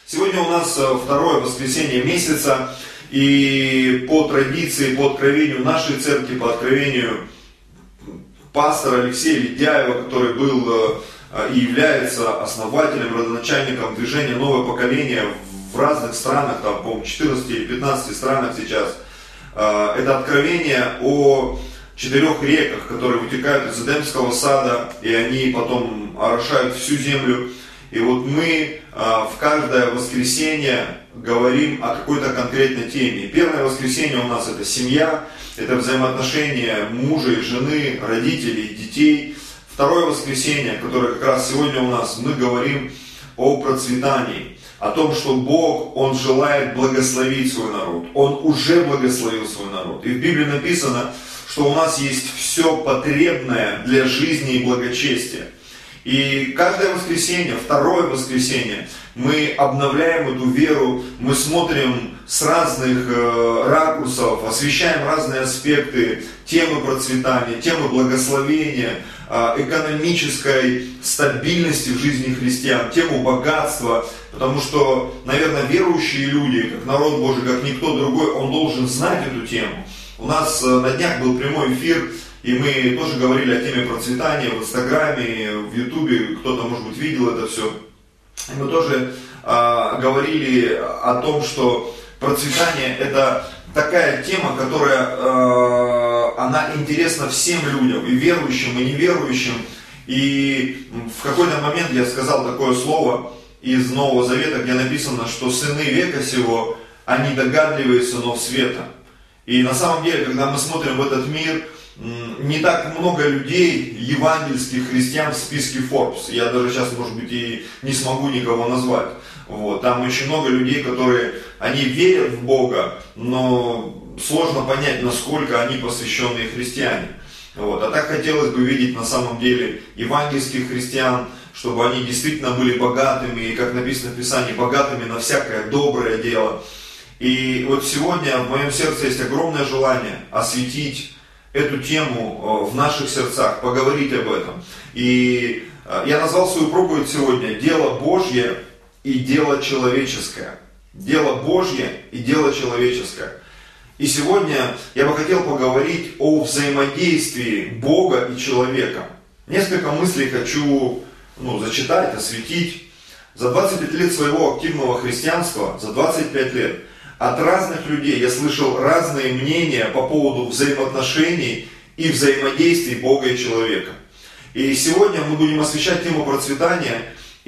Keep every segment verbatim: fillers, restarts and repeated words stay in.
Сегодня у нас второе воскресенье месяца, и по традиции, по откровению нашей церкви, по откровению пастора Алексея Ледяева, который был и является основателем, родоначальником движения «Новое поколение» в разных странах, там, по-моему, четырнадцати или пятнадцати странах сейчас. Это откровение о четырех реках, которые вытекают из Эдемского сада, и они потом орошают всю землю. И вот мы в каждое воскресенье говорим о какой-то конкретной теме. Первое воскресенье у нас это семья, это взаимоотношения мужа и жены, родителей, детей. Второе воскресенье, которое как раз сегодня у нас, мы говорим о процветании, о том, что Бог, Он желает благословить свой народ. Он уже благословил свой народ. И в Библии написано, что у нас есть все потребное для жизни и благочестия. И каждое воскресенье, второе воскресенье, мы обновляем эту веру, мы смотрим с разных э, ракурсов, освещаем разные аспекты темы процветания, темы благословения, э, экономической стабильности в жизни христиан, тему богатства. Потому что, наверное, верующие люди, как народ Божий, как никто другой, он должен знать эту тему. У нас э, на днях был прямой эфир, и мы тоже говорили о теме процветания в Инстаграме, в Ютубе, кто-то, может быть, видел это все. И мы тоже э, говорили о том, что процветание это такая тема, которая, э, она интересна всем людям, и верующим, и неверующим. И в какой-то момент я сказал такое слово из Нового Завета, где написано, что сыны века сего, они догадливые сынов света. И на самом деле, когда мы смотрим в этот мир, не так много людей, евангельских христиан в списке Forbes. Я даже сейчас, может быть, и не смогу никого назвать. Вот. Там очень много людей, которые, они верят в Бога, но сложно понять, насколько они посвященные христиане. Вот. А так хотелось бы видеть на самом деле евангельских христиан, чтобы они действительно были богатыми, и, как написано в Писании, богатыми на всякое доброе дело. И вот сегодня в моем сердце есть огромное желание осветить эту тему в наших сердцах, поговорить об этом. И я назвал свою проповедь сегодня «Дело Божье и дело человеческое». Дело Божье и дело человеческое. И сегодня я бы хотел поговорить о взаимодействии Бога и человека. Несколько мыслей хочу ну, зачитать, осветить. За двадцать пять лет своего активного христианства, за двадцать пять лет, от разных людей я слышал разные мнения по поводу взаимоотношений и взаимодействий Бога и человека. И сегодня мы будем освещать тему процветания,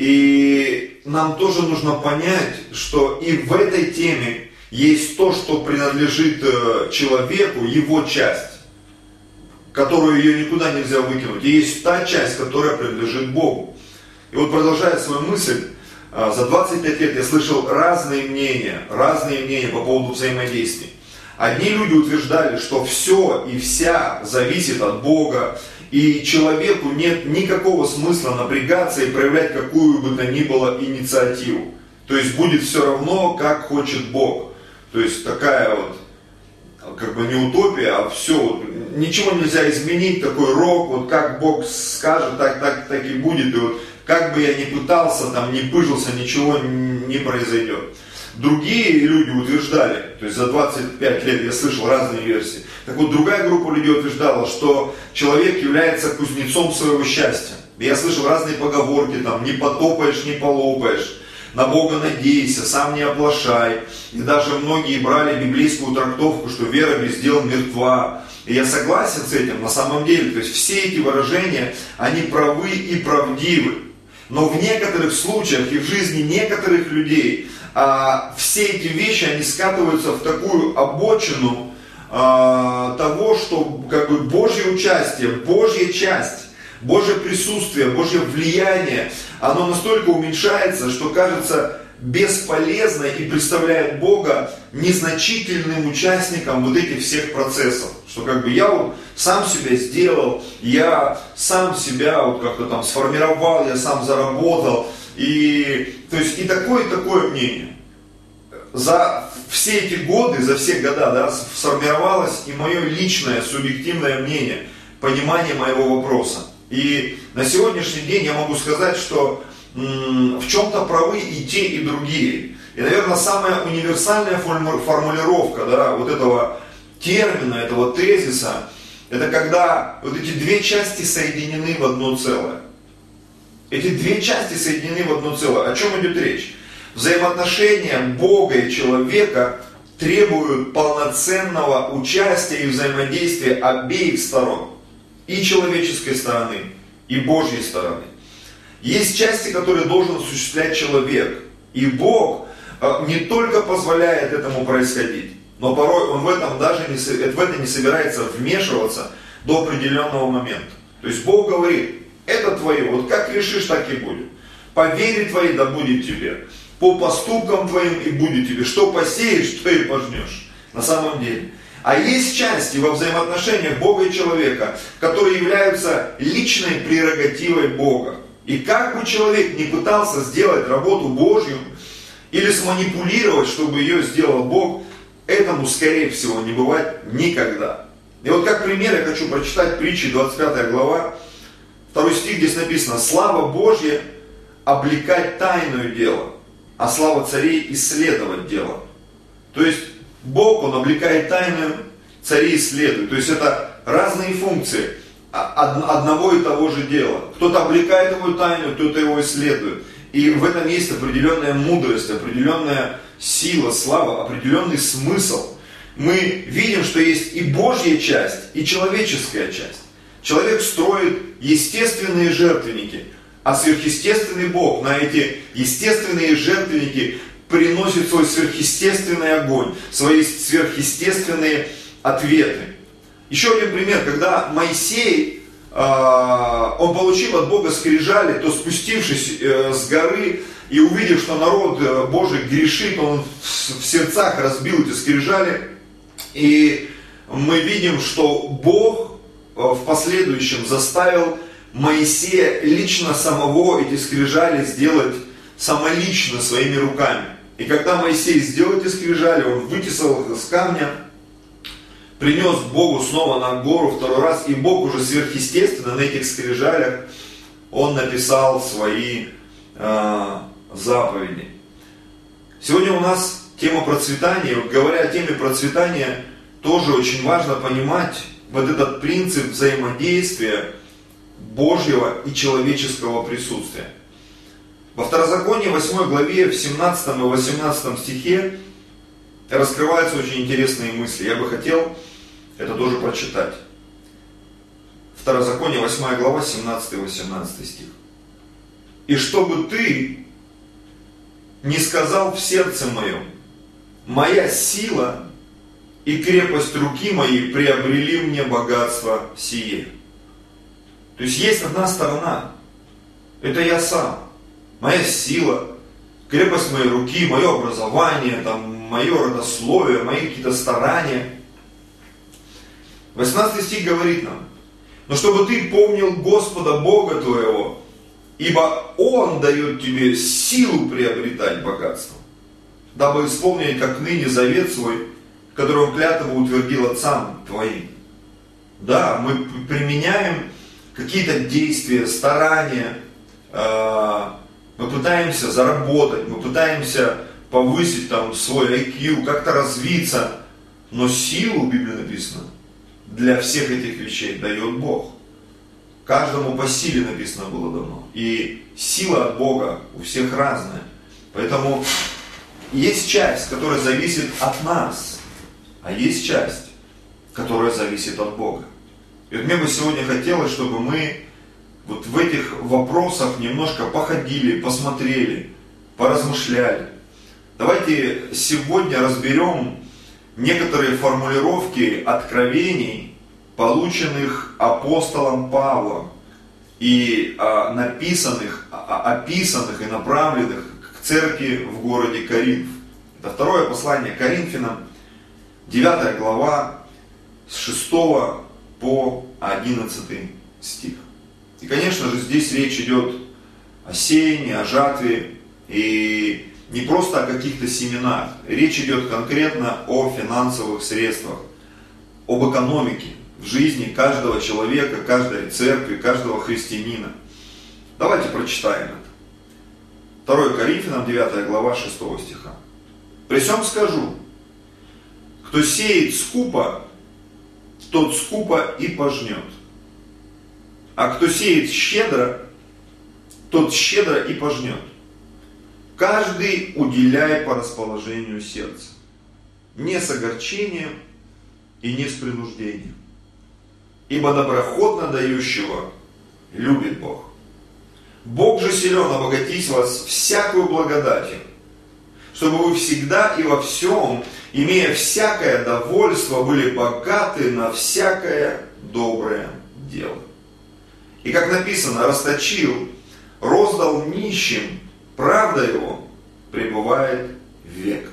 и нам тоже нужно понять, что и в этой теме есть то, что принадлежит человеку, его часть, которую ее никуда нельзя выкинуть. И есть та часть, которая принадлежит Богу. И вот продолжая свою мысль, за двадцать пять лет я слышал разные мнения, разные мнения по поводу взаимодействий. Одни люди утверждали, что все и вся зависит от Бога, и человеку нет никакого смысла напрягаться и проявлять какую бы то ни было инициативу. То есть будет все равно, как хочет Бог. То есть такая вот, как бы не утопия, а все, вот, ничего нельзя изменить, такой рок, вот как Бог скажет, так, так, так и будет. И вот, как бы я ни пытался, там, не пыжился, ничего не произойдет. Другие люди утверждали, то есть за двадцать пять лет я слышал разные версии. Так вот, другая группа людей утверждала, что человек является кузнецом своего счастья. И я слышал разные поговорки, там, не потопаешь, не полопаешь, на Бога надейся, сам не оплошай. И даже многие брали библейскую трактовку, что вера без дел мертва. И я согласен с этим на самом деле. То есть все эти выражения, они правы и правдивы. Но в некоторых случаях и в жизни некоторых людей а, все эти вещи, они скатываются в такую обочину а, того, что как бы Божье участие, Божья часть, Божье присутствие, Божье влияние, оно настолько уменьшается, что кажется бесполезно и представляет Бога незначительным участником вот этих всех процессов. Что как бы я вот сам себя сделал, я сам себя вот как-то там сформировал, я сам заработал. И, то есть и такое, и такое мнение. За все эти годы, за все года, да, сформировалось и мое личное, субъективное мнение, понимание моего вопроса. И на сегодняшний день я могу сказать, что м- в чем-то правы и те, и другие. И, наверное, самая универсальная формулировка, да, вот этого термина, этого тезиса, это когда вот эти две части соединены в одно целое. Эти две части соединены в одно целое. О чем идет речь? Взаимоотношения Бога и человека требуют полноценного участия и взаимодействия обеих сторон. И человеческой стороны, и Божьей стороны. Есть части, которые должен осуществлять человек. И Бог не только позволяет этому происходить, но порой Он в этом даже не, в это не собирается вмешиваться до определенного момента. То есть Бог говорит, это твое, вот как решишь, так и будет. По вере твоей да будет тебе. По поступкам твоим и будет тебе. Что посеешь, то и пожнешь. На самом деле. А есть части во взаимоотношениях Бога и человека, которые являются личной прерогативой Бога. И как бы человек не пытался сделать работу Божью, или сманипулировать, чтобы ее сделал Бог, этому, скорее всего, не бывает никогда. И вот как пример я хочу прочитать притчи, двадцать пятая глава, второй стих, здесь написано: «Слава Божья облекать тайное дело, а слава царей исследовать дело». То есть Бог, Он облекает тайную, цари исследуют. То есть это разные функции одного и того же дела. Кто-то облекает его тайну, кто-то его исследует. И в этом есть определенная мудрость, определенная сила, слава, определенный смысл. Мы видим, что есть и Божья часть, и человеческая часть. Человек строит естественные жертвенники, а сверхъестественный Бог на эти естественные жертвенники приносит свой сверхъестественный огонь, свои сверхъестественные ответы. Еще один пример, когда Моисей, он получил от Бога скрижали, то спустившись с горы и увидев, что народ Божий грешит, он в сердцах разбил эти скрижали. И мы видим, что Бог в последующем заставил Моисея лично самого эти скрижали сделать самолично своими руками. И когда Моисей сделал эти скрижали, он вытесал их из камня, принес Богу снова на гору второй раз, и Бог уже сверхъестественно на этих скрижалях, Он написал свои э, заповеди. Сегодня у нас тема процветания, и вот говоря о теме процветания, тоже очень важно понимать вот этот принцип взаимодействия Божьего и человеческого присутствия. Во Второзаконии восьмой главе, в семнадцатом и восемнадцатом стихе раскрываются очень интересные мысли. Я бы хотел это тоже прочитать. Второзаконие, восьмая глава, семнадцатый и восемнадцатый стих. «И чтобы ты не сказал в сердце моем, моя сила и крепость руки моей приобрели мне богатство сие». То есть есть одна сторона, это я сам, моя сила, крепость моей руки, мое образование, там, мое родословие, мои какие-то старания. восемнадцатый стих говорит нам: «Но чтобы ты помнил Господа Бога твоего, ибо Он дает тебе силу приобретать богатство, дабы исполнить как ныне завет свой, который Он клятву утвердил отцам твоим». Да, мы применяем какие-то действия, старания, мы пытаемся заработать, мы пытаемся повысить там свой ай кью, как-то развиться, но силу, в Библии написано, для всех этих вещей дает Бог. Каждому по силе написано было давно. И сила от Бога у всех разная. Поэтому есть часть, которая зависит от нас, а есть часть, которая зависит от Бога. И вот мне бы сегодня хотелось, чтобы мы вот в этих вопросах немножко походили, посмотрели, поразмышляли. Давайте сегодня разберем некоторые формулировки откровений, полученных апостолом Павлом и а, написанных, а, описанных и направленных к церкви в городе Коринф. Это второе послание Коринфянам, девятая глава, с шестого по одиннадцатый стих. И, конечно же, здесь речь идет о сеянии, о жатве, и не просто о каких-то семенах. Речь идет конкретно о финансовых средствах, об экономике в жизни каждого человека, каждой церкви, каждого христианина. Давайте прочитаем это. второе Коринфянам, девятая глава, шестого стиха. «При сем скажу, кто сеет скупо, тот скупо и пожнет. А кто сеет щедро, тот щедро и пожнет. Каждый уделяй по расположению сердца, не с огорчением и не с принуждением. Ибо доброходно дающего любит Бог. Бог же силен обогатить вас всякую благодатью, чтобы вы всегда и во всем, имея всякое довольство, были богаты на всякое доброе дело. И как написано, расточил, роздал нищим, правда его пребывает век.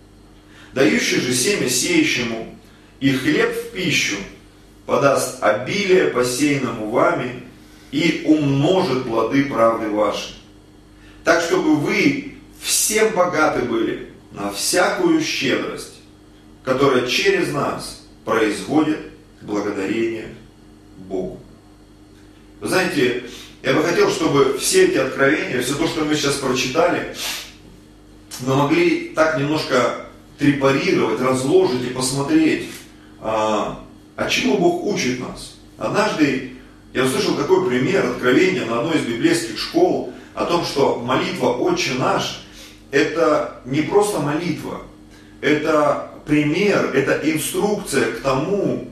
Дающий же семя сеющему и хлеб в пищу подаст обилие посеянному вами и умножит плоды правды вашей. Так, чтобы вы всем богаты были на всякую щедрость, которая через нас производит благодарение Богу». Вы знаете, я бы хотел, чтобы все эти откровения, все то, что мы сейчас прочитали, мы могли так немножко препарировать, разложить и посмотреть, а, а чему Бог учит нас. Однажды я услышал такой пример, откровения на одной из библейских школ, о том, что молитва «Отче наш» – это не просто молитва, это пример, это инструкция к тому,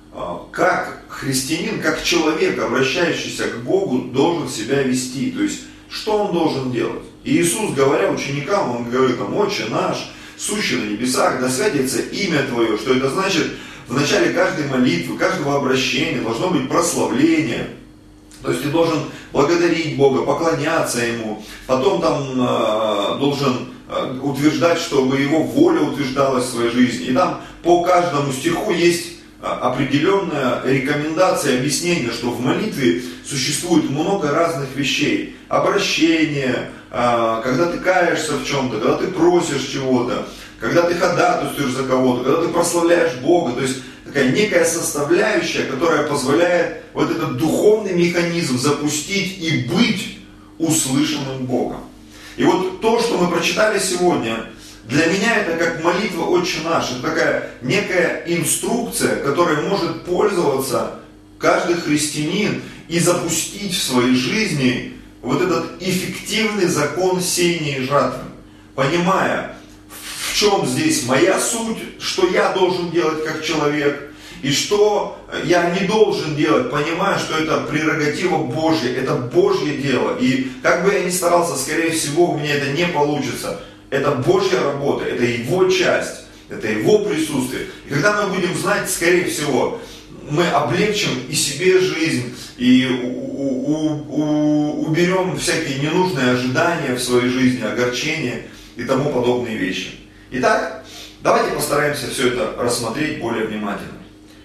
как христианин, как человек, обращающийся к Богу, должен себя вести. То есть, что он должен делать. И Иисус, говоря ученикам, он говорит там: «Отче наш, сущий на небесах, да святится имя Твое». Что это значит? В начале каждой молитвы, каждого обращения должно быть прославление. То есть ты должен благодарить Бога, поклоняться Ему. Потом там э, должен э, утверждать, чтобы Его воля утверждалась в своей жизни. И там по каждому стиху есть определенная рекомендация, объяснение, что в молитве существует много разных вещей. Обращение, когда ты каешься в чем-то, когда ты просишь чего-то, когда ты ходатайствуешь за кого-то, когда ты прославляешь Бога. То есть такая некая составляющая, которая позволяет вот этот духовный механизм запустить и быть услышанным Богом. И вот то, что мы прочитали сегодня, для меня это как молитва «Отче наш». Это такая некая инструкция, которой может пользоваться каждый христианин и запустить в своей жизни вот этот эффективный закон сеяния и жатвы. Понимая, в чем здесь моя суть, что я должен делать как человек, и что я не должен делать, понимая, что это прерогатива Божья, это Божье дело. И как бы я ни старался, скорее всего, у меня это не получится. Это Божья работа, это Его часть, это Его присутствие. И когда мы будем знать, скорее всего, мы облегчим и себе жизнь, и у, у, у, уберем всякие ненужные ожидания в своей жизни, огорчения и тому подобные вещи. Итак, давайте постараемся все это рассмотреть более внимательно.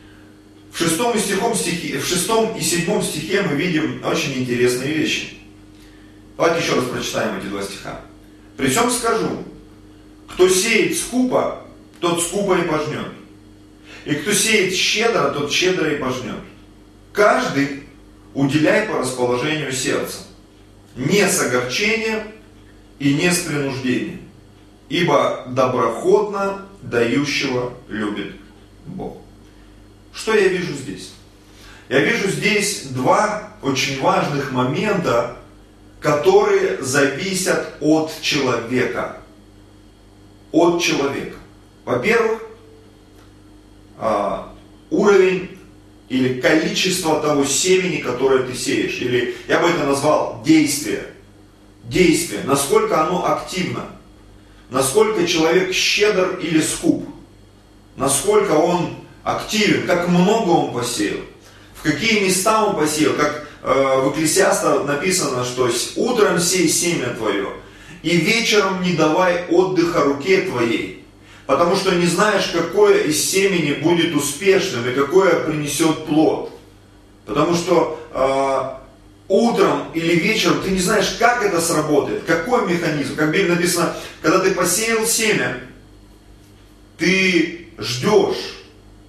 В шестом и, стихом стихе, в шестом и седьмом стихе мы видим очень интересные вещи. Давайте еще раз прочитаем эти два стиха. «При сем скажу, кто сеет скупо, тот скупо и пожнет. И кто сеет щедро, тот щедро и пожнет. Каждый уделяй по расположению сердца, не с огорчением и не с принуждением, ибо доброходно дающего любит Бог». Что я вижу здесь? Я вижу здесь два очень важных момента, которые зависят от человека. От человека. Во-первых, уровень или количество того семени, которое ты сеешь. Или я бы это назвал действие. Действие. Насколько оно активно. Насколько человек щедр или скуп. Насколько он активен. Как много он посеял. В какие места он посеял. Как в Экклесиаста написано, что утром сей семя твое, и вечером не давай отдыха руке твоей, потому что не знаешь, какое из семени будет успешным и какое принесет плод. Потому что э, утром или вечером ты не знаешь, как это сработает, какой механизм. Как в Библии написано, когда ты посеял семя, ты ждешь,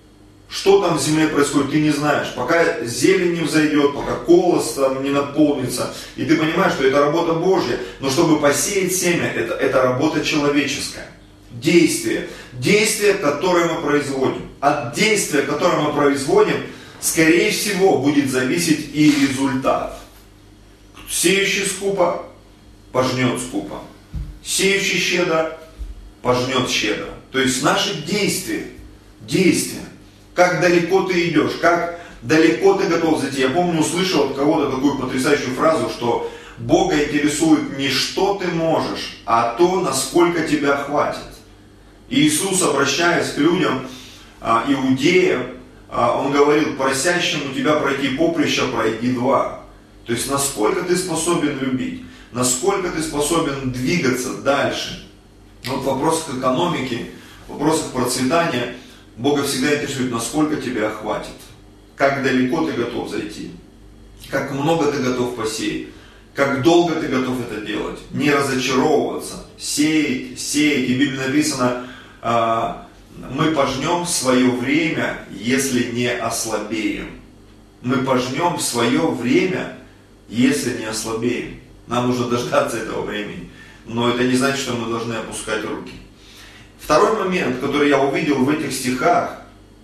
Что там в земле происходит, ты не знаешь. Пока зелень не взойдет, пока колос там не наполнится. И ты понимаешь, что это работа Божья. Но чтобы посеять семя, это, это работа человеческая. Действие. Действие, которое мы производим. От действия, которое мы производим, скорее всего, будет зависеть и результат. Сеющий скупо, пожнет скупо. Сеющий щедро, пожнет щедро. То есть наши действия, действия, как далеко ты идешь, как далеко ты готов зайти. Я помню, услышал от кого-то такую потрясающую фразу, что Бога интересует не что ты можешь, а то, насколько тебя хватит. И Иисус, обращаясь к людям, иудеям, Он говорил: просящему тебя пройти поприще, пройди два. То есть, насколько ты способен любить, насколько ты способен двигаться дальше. Вот в вопросах экономики, в вопросах процветания Бога всегда интересует, насколько тебя хватит, как далеко ты готов зайти, как много ты готов посеять, как долго ты готов это делать, не разочаровываться, сеять, сеять. И в Библии написано: мы пожнем в свое время, если не ослабеем. Мы пожнем в свое время, если не ослабеем. Нам нужно дождаться этого времени. Но это не значит, что мы должны опускать руки. Второй момент, который я увидел в этих стихах,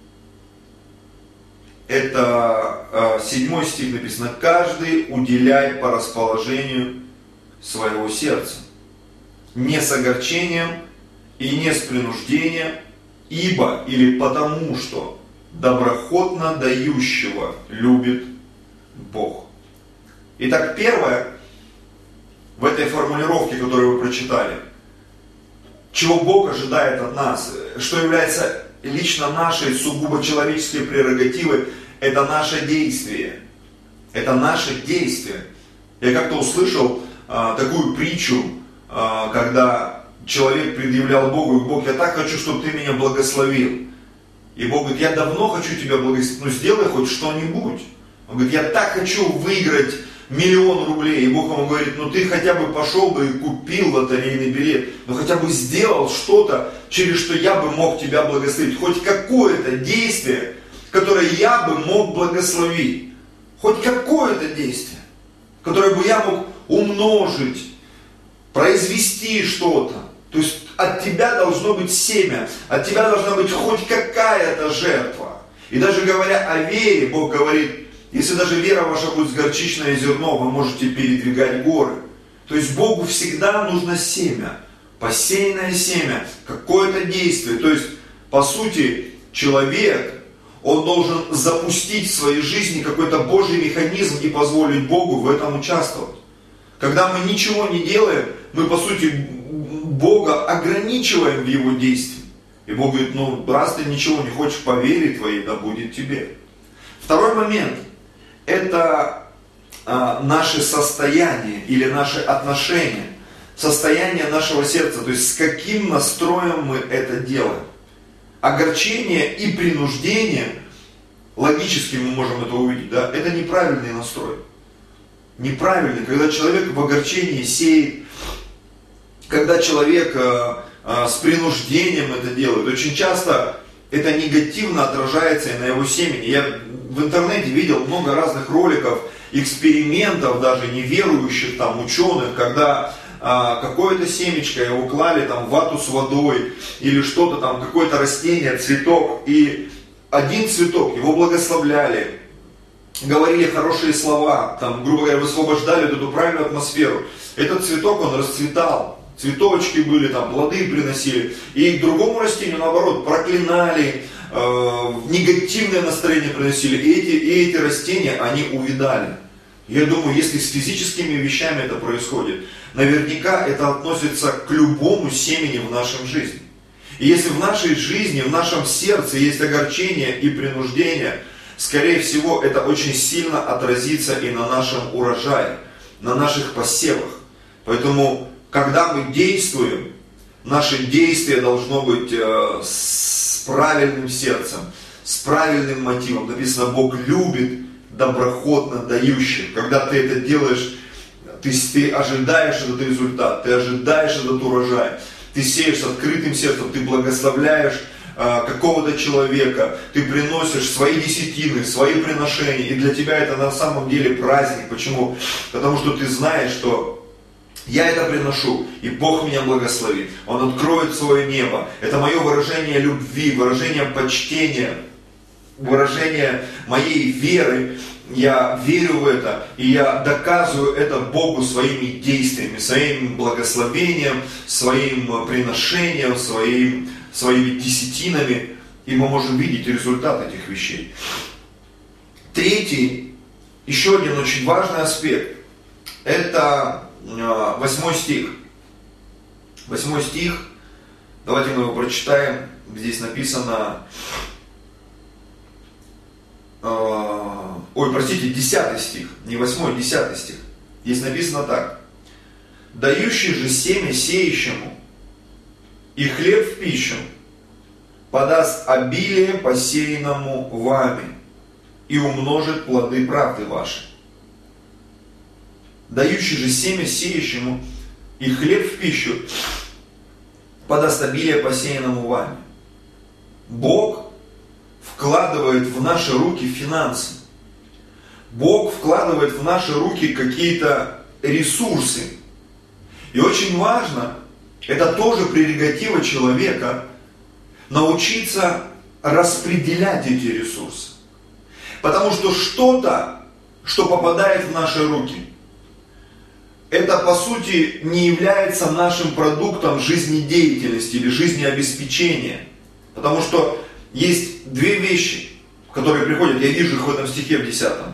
это э, седьмой стих написано: каждый уделяй по расположению своего сердца, не с огорчением и не с принуждением, ибо или потому что доброхотно дающего любит Бог. Итак, первое, в этой формулировке, которую вы прочитали, чего Бог ожидает от нас, что является лично нашей сугубо человеческой прерогативой, это наше действие. Это наше действие. Я как-то услышал а, такую притчу, а, когда человек предъявлял Богу: Бог, я так хочу, чтобы ты меня благословил. И Бог говорит: я давно хочу тебя благословить, ну сделай хоть что-нибудь. Он говорит: я так хочу выиграть миллион рублей. И Бог ему говорит: ну ты хотя бы пошел бы и купил лотерейный билет, ну хотя бы сделал что-то, через что я бы мог тебя благословить. Хоть какое-то действие, которое я бы мог благословить. Хоть какое-то действие, которое бы я мог умножить, произвести что-то. То есть от тебя должно быть семя, от тебя должна быть хоть какая-то жертва. И даже говоря о вере, Бог говорит: если даже вера ваша будет с горчичное зерно, вы можете передвигать горы. То есть Богу всегда нужно семя, посеянное семя, какое-то действие. То есть, по сути, человек, он должен запустить в своей жизни какой-то Божий механизм и позволить Богу в этом участвовать. Когда мы ничего не делаем, мы, по сути, Бога ограничиваем в Его действии. И Бог говорит: ну, раз ты ничего не хочешь, по вере твоей, да будет тебе. Второй момент. Это а, наше состояние или наши отношения, состояние нашего сердца, то есть с каким настроем мы это делаем. Огорчение и принуждение, логически мы можем это увидеть, да, это неправильный настрой. Неправильный, когда человек в огорчении сеет, когда человек а, а, с принуждением это делает, очень часто это негативно отражается и на его семени. Я в интернете видел много разных роликов, экспериментов, даже неверующих там ученых, когда а, какое-то семечко его клали там в вату с водой или что-то там, какое-то растение, цветок, и один цветок, его благословляли, говорили хорошие слова, там, грубо говоря, высвобождали эту правильную атмосферу. Этот цветок, он расцветал. Цветочки были, там, плоды приносили. И к другому растению, наоборот, проклинали, э, негативное настроение приносили. И эти, и эти растения, они увядали. Я думаю, если с физическими вещами это происходит, наверняка это относится к любому семени в нашей жизни. И если в нашей жизни, в нашем сердце есть огорчение и принуждение, скорее всего, это очень сильно отразится и на нашем урожае, на наших посевах. Поэтому, когда мы действуем, наше действие должно быть э, с правильным сердцем, с правильным мотивом. Написано: Бог любит доброхотно дающих. Когда ты это делаешь, ты, ты ожидаешь этот результат, ты ожидаешь этот урожай. Ты сеешь с открытым сердцем, ты благословляешь э, какого-то человека, ты приносишь свои десятины, свои приношения, и для тебя это на самом деле праздник. Почему? Потому что ты знаешь, что я это приношу, и Бог меня благословит. Он откроет свое небо. Это мое выражение любви, выражение почтения, выражение моей веры. Я верю в это, и я доказываю это Богу своими действиями, своим благословением, своим приношением, своим, своими десятинами. И мы можем видеть результат этих вещей. Третий, еще один очень важный аспект, это восьмой стих. Восьмой стих, давайте мы его прочитаем. Здесь написано, э, ой, простите, десятый стих, не восьмой, десятый стих. Здесь написано так. Дающий же семя сеющему и хлеб в пищу подаст обилие посеянному вами и умножит плоды правды вашей. Дающий же семя сеющему и хлеб в пищу подаст обилие посеянному вами. Бог вкладывает в наши руки финансы. Бог вкладывает в наши руки какие-то ресурсы. И очень важно, это тоже прерогатива человека, научиться распределять эти ресурсы. Потому что что-то, что попадает в наши руки, это по сути не является нашим продуктом жизнедеятельности или жизнеобеспечения. Потому что есть две вещи, которые приходят, я вижу их в этом стихе в десятом.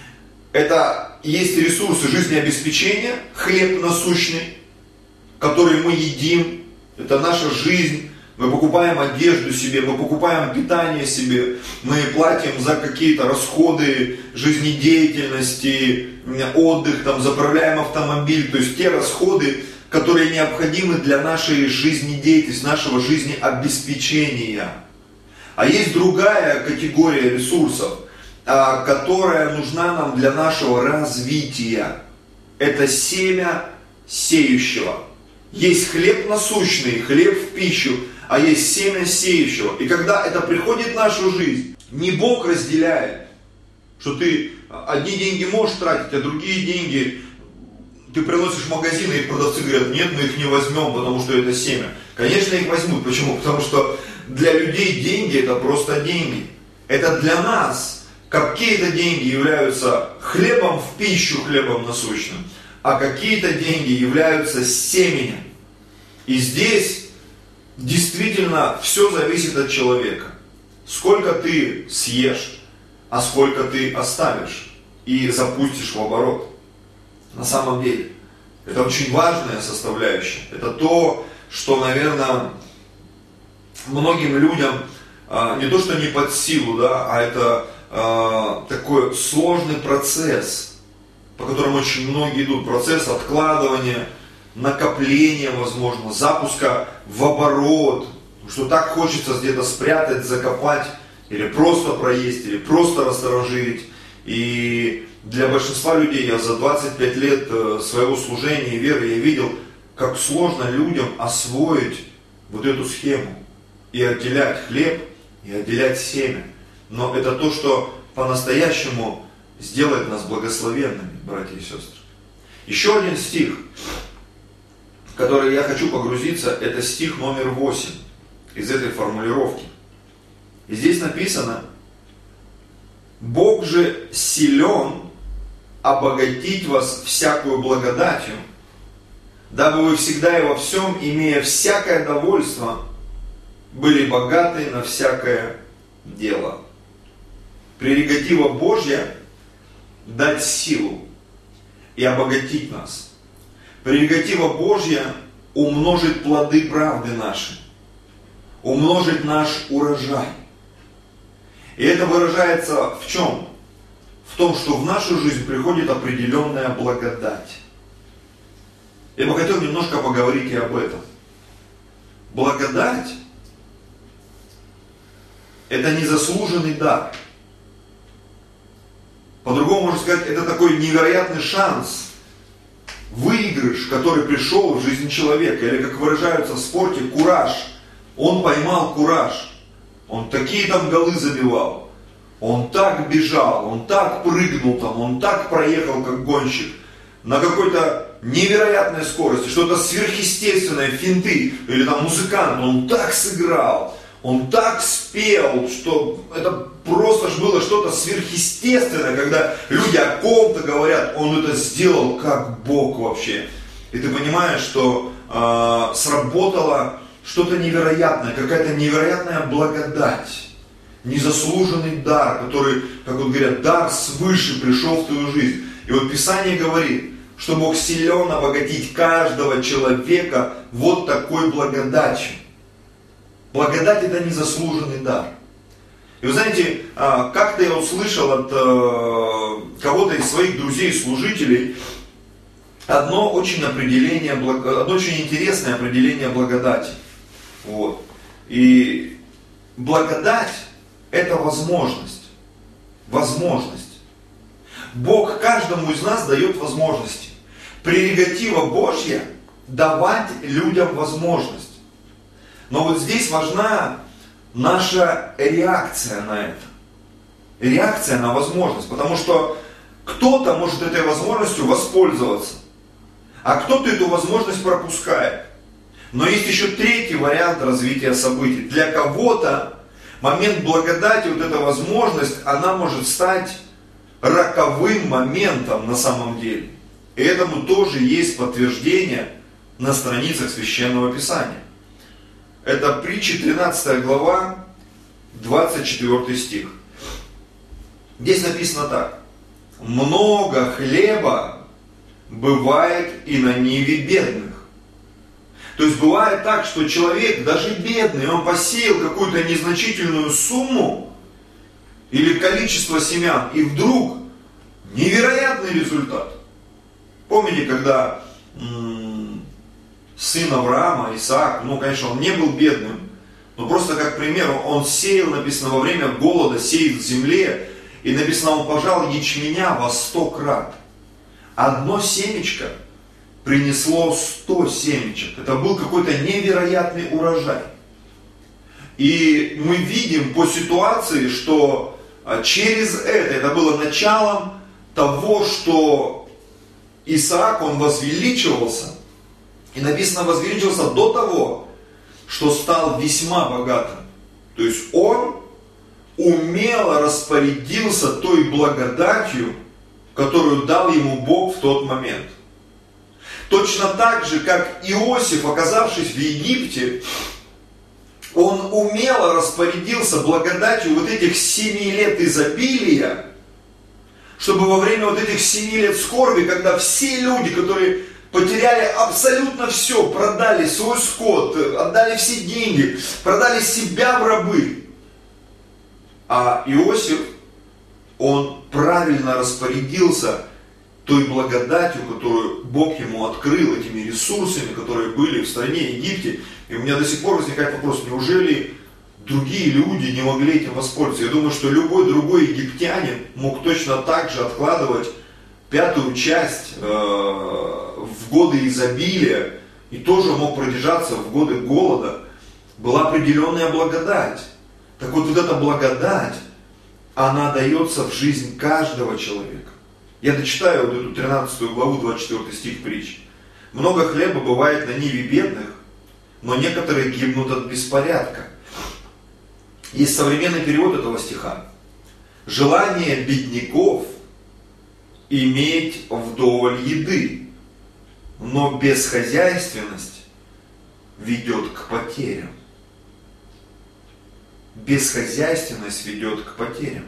Это есть ресурсы жизнеобеспечения, хлеб насущный, который мы едим, это наша жизнь. Мы покупаем одежду себе, мы покупаем питание себе, мы платим за какие-то расходы жизнедеятельности, отдых, там, заправляем автомобиль. То есть те расходы, которые необходимы для нашей жизнедеятельности, нашего жизнеобеспечения. А есть другая категория ресурсов, которая нужна нам для нашего развития. Это семя сеющего. Есть хлеб насущный, хлеб в пищу, а есть семя сеющего. И когда это приходит в нашу жизнь, не Бог разделяет, что ты одни деньги можешь тратить, а другие деньги ты приносишь в магазин, и продавцы говорят, нет, мы их не возьмем, потому что это семя. Конечно, их возьмут. Почему? Потому что для людей деньги это просто деньги. Это для нас какие-то деньги являются хлебом в пищу, хлебом насущным, а какие-то деньги являются семенем. И здесь действительно все зависит от человека. Сколько ты съешь, а сколько ты оставишь и запустишь в оборот. На самом деле, это очень важная составляющая. Это то, что, наверное, многим людям не то, что не под силу, да, а это такой сложный процесс, по которому очень многие идут. Процесс откладывания, накопления, возможно, запуска в оборот, что так хочется где-то спрятать, закопать, или просто проесть, или просто растаможить. И для большинства людей, я за двадцать пять лет своего служения и веры, я видел, как сложно людям освоить вот эту схему. И отделять хлеб, и отделять семя. Но это то, что по-настоящему сделает нас благословенными, братья и сестры. Еще один стих, в который я хочу погрузиться, это стих номер восемь из этой формулировки. И здесь написано: Бог же силен обогатить вас всякую благодатью, дабы вы всегда и во всем, имея всякое довольство, были богаты на всякое дело. Прерогатива Божья – дать силу и обогатить нас. Прерогатива Божья – умножить плоды правды наши, умножить наш урожай. И это выражается в чем? В том, что в нашу жизнь приходит определенная благодать. Я бы хотел немножко поговорить и об этом. Благодать – это незаслуженный дар. По-другому можно сказать, это такой невероятный шанс, выигрыш, который пришел в жизнь человека. Или, как выражаются в спорте, кураж. Он поймал кураж. Он такие там голы забивал. Он так бежал, он так прыгнул там, он так проехал, как гонщик. На какой-то невероятной скорости, что-то сверхъестественное, финты. Или там музыкант, он так сыграл. Он так спел, что это просто ж было что-то сверхъестественное, когда люди о ком-то говорят, он это сделал как Бог вообще. И ты понимаешь, что э, сработало что-то невероятное, какая-то невероятная благодать, незаслуженный дар, который, как вот говорят, дар свыше пришел в твою жизнь. И вот Писание говорит, что Бог силен обогатить каждого человека вот такой благодатью. Благодать — это незаслуженный дар. И вы знаете, как-то я услышал от кого-то из своих друзей-служителей одно очень определение, одно очень интересное определение благодати. Вот. И благодать — это возможность. Возможность. Бог каждому из нас дает возможности. Прерогатива Божья — давать людям возможность. Но вот здесь важна наша реакция на это. Реакция на возможность. Потому что кто-то может этой возможностью воспользоваться, а кто-то эту возможность пропускает. Но есть еще третий вариант развития событий. Для кого-то момент благодати, вот эта возможность, она может стать роковым моментом на самом деле. И этому тоже есть подтверждение на страницах Священного Писания. Это Притчи, тринадцатая глава, двадцать четвёртый стих. Здесь написано так. Много хлеба бывает и на ниве бедных. То есть бывает так, что человек, даже бедный, он посеял какую-то незначительную сумму или количество семян, и вдруг невероятный результат. Помните, когда м- сын Авраама, Исаак, ну, конечно, он не был бедным, но просто как пример, он сеял, написано, во время голода, сеял в земле, и написано, он пожал ячменя во сто крат. Одно семечко принесло сто семечек. Это был какой-то невероятный урожай. И мы видим по ситуации, что через это, это было началом того, что Исаак, он возвеличивался. И написано, возвеличился до того, что стал весьма богатым. То есть он умело распорядился той благодатью, которую дал ему Бог в тот момент. Точно так же, как Иосиф, оказавшись в Египте, он умело распорядился благодатью вот этих семи лет изобилия, чтобы во время вот этих семи лет скорби, когда все люди, которые потеряли абсолютно все, продали свой скот, отдали все деньги, продали себя в рабы, а Иосиф, он правильно распорядился той благодатью, которую Бог ему открыл, этими ресурсами, которые были в стране Египте. И у меня до сих пор возникает вопрос, неужели другие люди не могли этим воспользоваться? Я думаю, что любой другой египтянин мог точно так же откладывать пятую часть э, в годы изобилия и тоже мог продержаться в годы голода. Была определенная благодать. Так вот, вот эта благодать, она дается в жизнь каждого человека. Я дочитаю вот эту тринадцатую главу, двадцать четвёртый стих притчи. Много хлеба бывает на ниве бедных, но некоторые гибнут от беспорядка. Есть современный перевод этого стиха. Желание бедняков иметь вдоволь еды, но бесхозяйственность ведет к потерям. Бесхозяйственность ведет к потерям.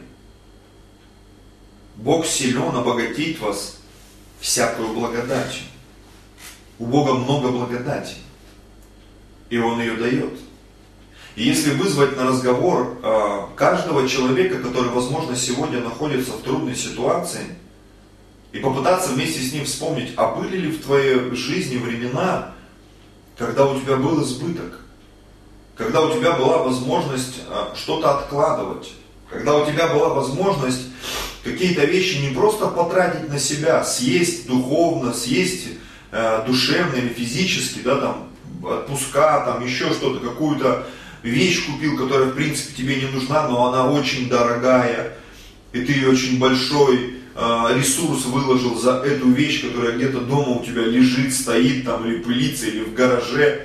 Бог силен обогатить вас всякую благодатью. У Бога много благодати, и Он ее дает. И если вызвать на разговор э, каждого человека, который, возможно, сегодня находится в трудной ситуации, и попытаться вместе с ним вспомнить, а были ли в твоей жизни времена, когда у тебя был избыток, когда у тебя была возможность э, что-то откладывать, когда у тебя была возможность какие-то вещи не просто потратить на себя, съесть духовно, съесть э, душевно или физически, да, там, отпуска, там, еще что-то, какую-то вещь купил, которая в принципе тебе не нужна, но она очень дорогая, и ты очень большой э, ресурс выложил за эту вещь, которая где-то дома у тебя лежит, стоит там, или пылится, или в гараже.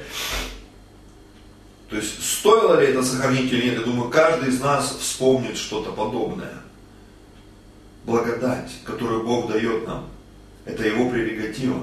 То есть, стоило ли это сохранить или нет, я думаю, каждый из нас вспомнит что-то подобное. Благодать, которую Бог дает нам, это Его прерогатива.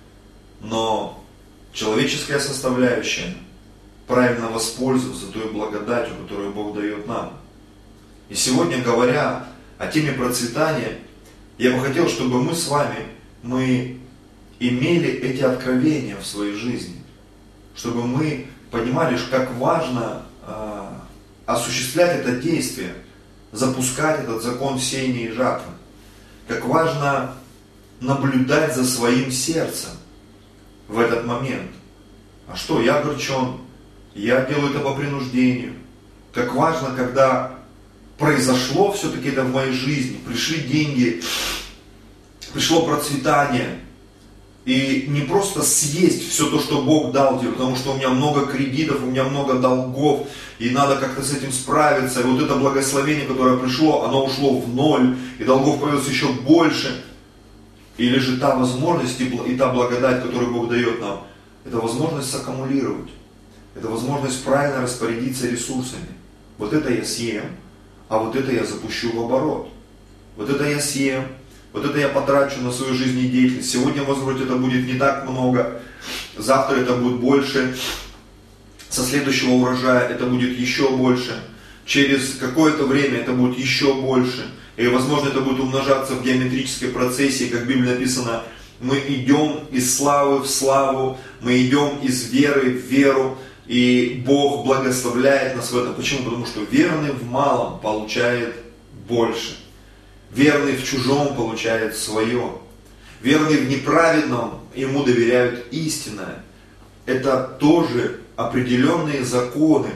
Но человеческая составляющая, правильно воспользоваться той благодатью, которую Бог дает нам. И сегодня, говоря о теме процветания, я бы хотел, чтобы мы с вами, мы имели эти откровения в своей жизни. Чтобы мы понимали, как важно э, осуществлять это действие, запускать этот закон сеяния и жатвы. Как важно наблюдать за своим сердцем в этот момент. А что, я огорчен, я делаю это по принуждению. Как важно, когда произошло все-таки это в моей жизни, пришли деньги, пришло процветание, и не просто съесть все то, что Бог дал тебе, потому что у меня много кредитов, у меня много долгов, и надо как-то с этим справиться, и вот это благословение, которое пришло, оно ушло в ноль, и долгов появилось еще больше. Или же та возможность и та благодать, которую Бог дает нам, это возможность саккумулировать, это возможность правильно распорядиться ресурсами. Вот это я съем, а вот это я запущу в оборот. Вот это я съем, вот это я потрачу на свою жизнедеятельность. Сегодня, возможно, это будет не так много, завтра это будет больше, со следующего урожая это будет еще больше, через какое-то время это будет еще больше. И, возможно, это будет умножаться в геометрической процессии, как в Библии написано, мы идем из славы в славу, мы идем из веры в веру, и Бог благословляет нас в этом. Почему? Потому что верный в малом получает больше. Верный в чужом получает свое. Верный в неправедном, ему доверяют истинное. Это тоже определенные законы,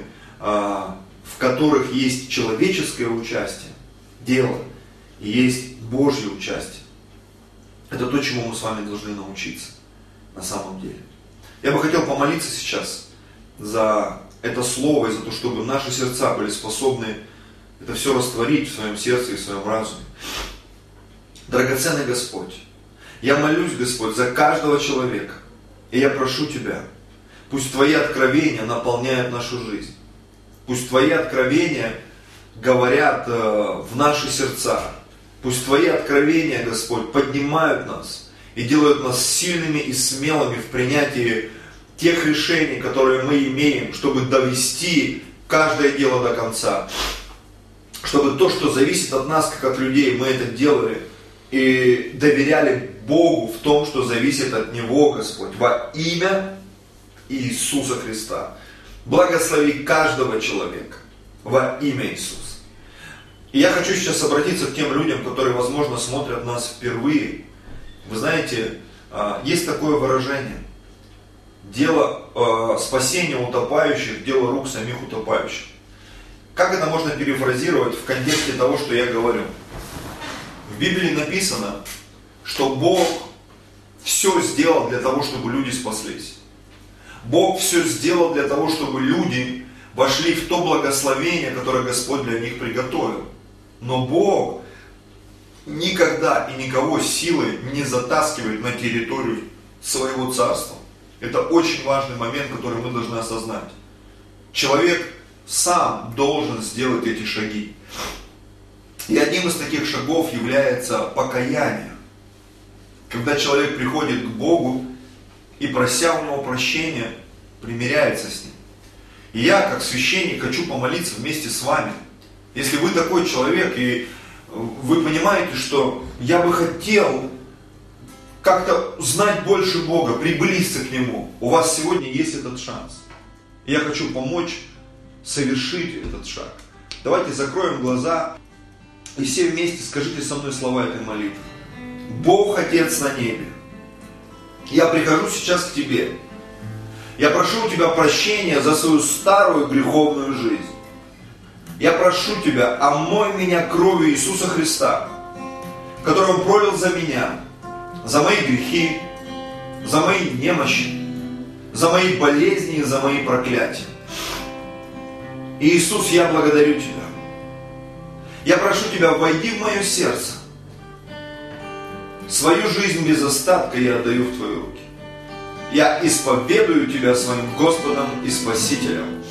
в которых есть человеческое участие, дело, и есть Божье участие. Это то, чему мы с вами должны научиться на самом деле. Я бы хотел помолиться сейчас за это слово и за то, чтобы наши сердца были способны это все растворить в своем сердце и в своем разуме. Драгоценный Господь, я молюсь, Господь, за каждого человека, и я прошу Тебя, пусть Твои откровения наполняют нашу жизнь, пусть Твои откровения говорят э, в наши сердца, пусть Твои откровения, Господь, поднимают нас и делают нас сильными и смелыми в принятии тех решений, которые мы имеем, чтобы довести каждое дело до конца. Чтобы то, что зависит от нас, как от людей, мы это делали и доверяли Богу в том, что зависит от Него, Господь, во имя Иисуса Христа. Благослови каждого человека во имя Иисуса. И я хочу сейчас обратиться к тем людям, которые, возможно, смотрят нас впервые. Вы знаете, есть такое выражение. Дело спасения утопающих, дело рук самих утопающих. Как это можно перефразировать в контексте того, что я говорю? В Библии написано, что Бог все сделал для того, чтобы люди спаслись. Бог все сделал для того, чтобы люди вошли в то благословение, которое Господь для них приготовил. Но Бог никогда и никого силой не затаскивает на территорию своего царства. Это очень важный момент, который мы должны осознать. Человек сам должен сделать эти шаги. И одним из таких шагов является покаяние. Когда человек приходит к Богу и, прося у Него прощения, примиряется с Ним. И я, как священник, хочу помолиться вместе с вами. Если вы такой человек, и вы понимаете, что я бы хотел как-то знать больше Бога, приблизиться к Нему, у вас сегодня есть этот шанс. И я хочу помочь совершить этот шаг. Давайте закроем глаза и все вместе скажите со мной слова этой молитвы. Бог, Отец на небе, я прихожу сейчас к Тебе. Я прошу у Тебя прощения за свою старую греховную жизнь. Я прошу Тебя, омой меня кровью Иисуса Христа, которую Он пролил за меня, за мои грехи, за мои немощи, за мои болезни и за мои проклятия. Иисус, я благодарю Тебя. Я прошу Тебя, войди в мое сердце. Свою жизнь без остатка я отдаю в Твои руки. Я исповедую Тебя своим Господом и Спасителем.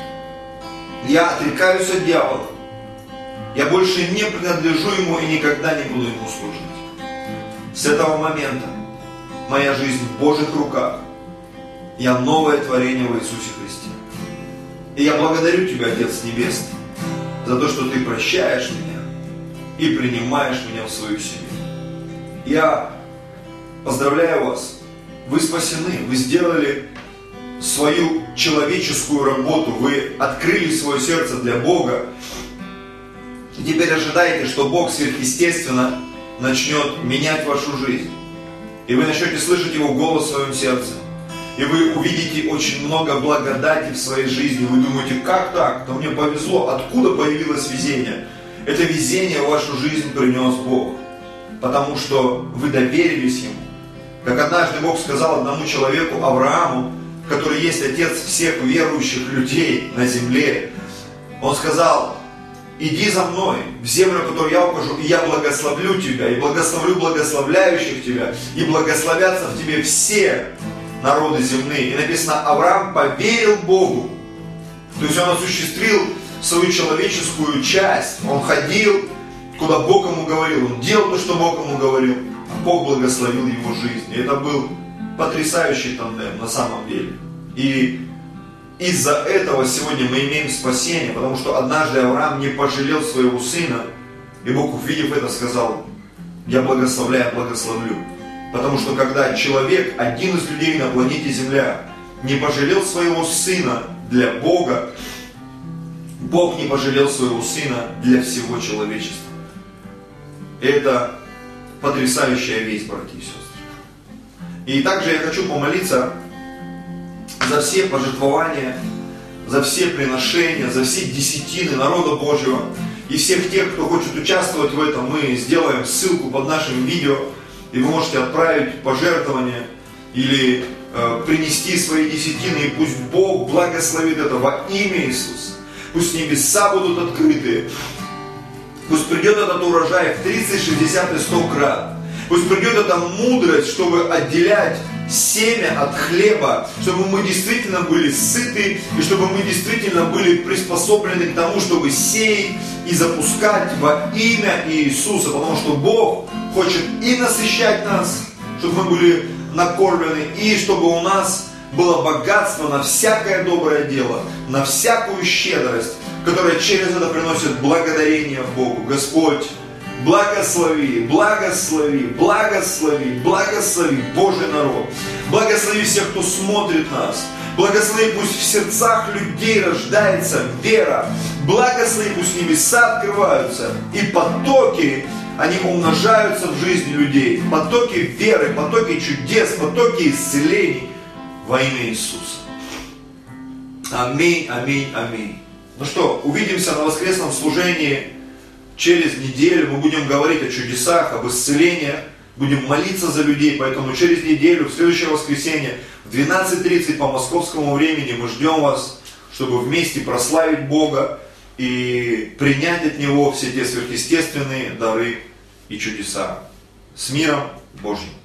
Я отрекаюсь от дьявола. Я больше не принадлежу ему и никогда не буду ему служить. С этого момента моя жизнь в Божьих руках. Я новое творение в Иисусе Христе. И я благодарю Тебя, Отец Небесный, за то, что Ты прощаешь меня и принимаешь меня в свою семью. Я поздравляю вас. Вы спасены, вы сделали свою человеческую работу, вы открыли свое сердце для Бога. И теперь ожидайте, что Бог сверхъестественно начнет менять вашу жизнь. И вы начнете слышать Его голос в своем сердце. И вы увидите очень много благодати в своей жизни. Вы думаете, как так? Да мне повезло. Откуда появилось везение? Это везение в вашу жизнь принес Бог. Потому что вы доверились Ему. Как однажды Бог сказал одному человеку, Аврааму, который есть отец всех верующих людей на земле. Он сказал, иди за мной в землю, которую я укажу, и я благословлю тебя, и благословлю благословляющих тебя, и благословятся в тебе все народы земные. И написано, Авраам поверил Богу. То есть он осуществил свою человеческую часть. Он ходил, куда Бог ему говорил. Он делал то, что Бог ему говорил. А Бог благословил его жизнь. И это был потрясающий тандем на самом деле. И из-за этого сегодня мы имеем спасение. Потому что однажды Авраам не пожалел своего сына. И Бог, увидев это, сказал, я благословляю, благословлю. Потому что когда человек, один из людей на планете Земля, не пожалел своего сына для Бога, Бог не пожалел своего сына для всего человечества. Это потрясающая весть, братья и сестры. И также я хочу помолиться за все пожертвования, за все приношения, за все десятины народа Божьего и всех тех, кто хочет участвовать в этом. Мы сделаем ссылку под нашим видео, и вы можете отправить пожертвования или э, принести свои десятины, и пусть Бог благословит это во имя Иисуса. Пусть небеса будут открыты. Пусть придет этот урожай в тридцать, шестьдесят и сто крат. Пусть придет эта мудрость, чтобы отделять семя от хлеба, чтобы мы действительно были сыты, и чтобы мы действительно были приспособлены к тому, чтобы сеять и запускать во имя Иисуса. Потому что Бог хочет и насыщать нас, чтобы мы были накормлены, и чтобы у нас было богатство на всякое доброе дело, на всякую щедрость, которая через это приносит благодарение Богу. Господь, благослови, благослови, благослови, благослови Божий народ. Благослови всех, кто смотрит нас. Благослови, пусть в сердцах людей рождается вера. Благослови, пусть небеса открываются, и потоки, они умножаются в жизни людей. Потоки веры, потоки чудес, потоки исцелений во имя Иисуса. Аминь, аминь, аминь. Ну что, увидимся на воскресном служении через неделю. Мы будем говорить о чудесах, об исцелениях, будем молиться за людей. Поэтому через неделю, в следующее воскресенье, в двенадцать тридцать по московскому времени мы ждем вас, чтобы вместе прославить Бога и принять от Него все те сверхъестественные дары и чудеса. С миром Божьим!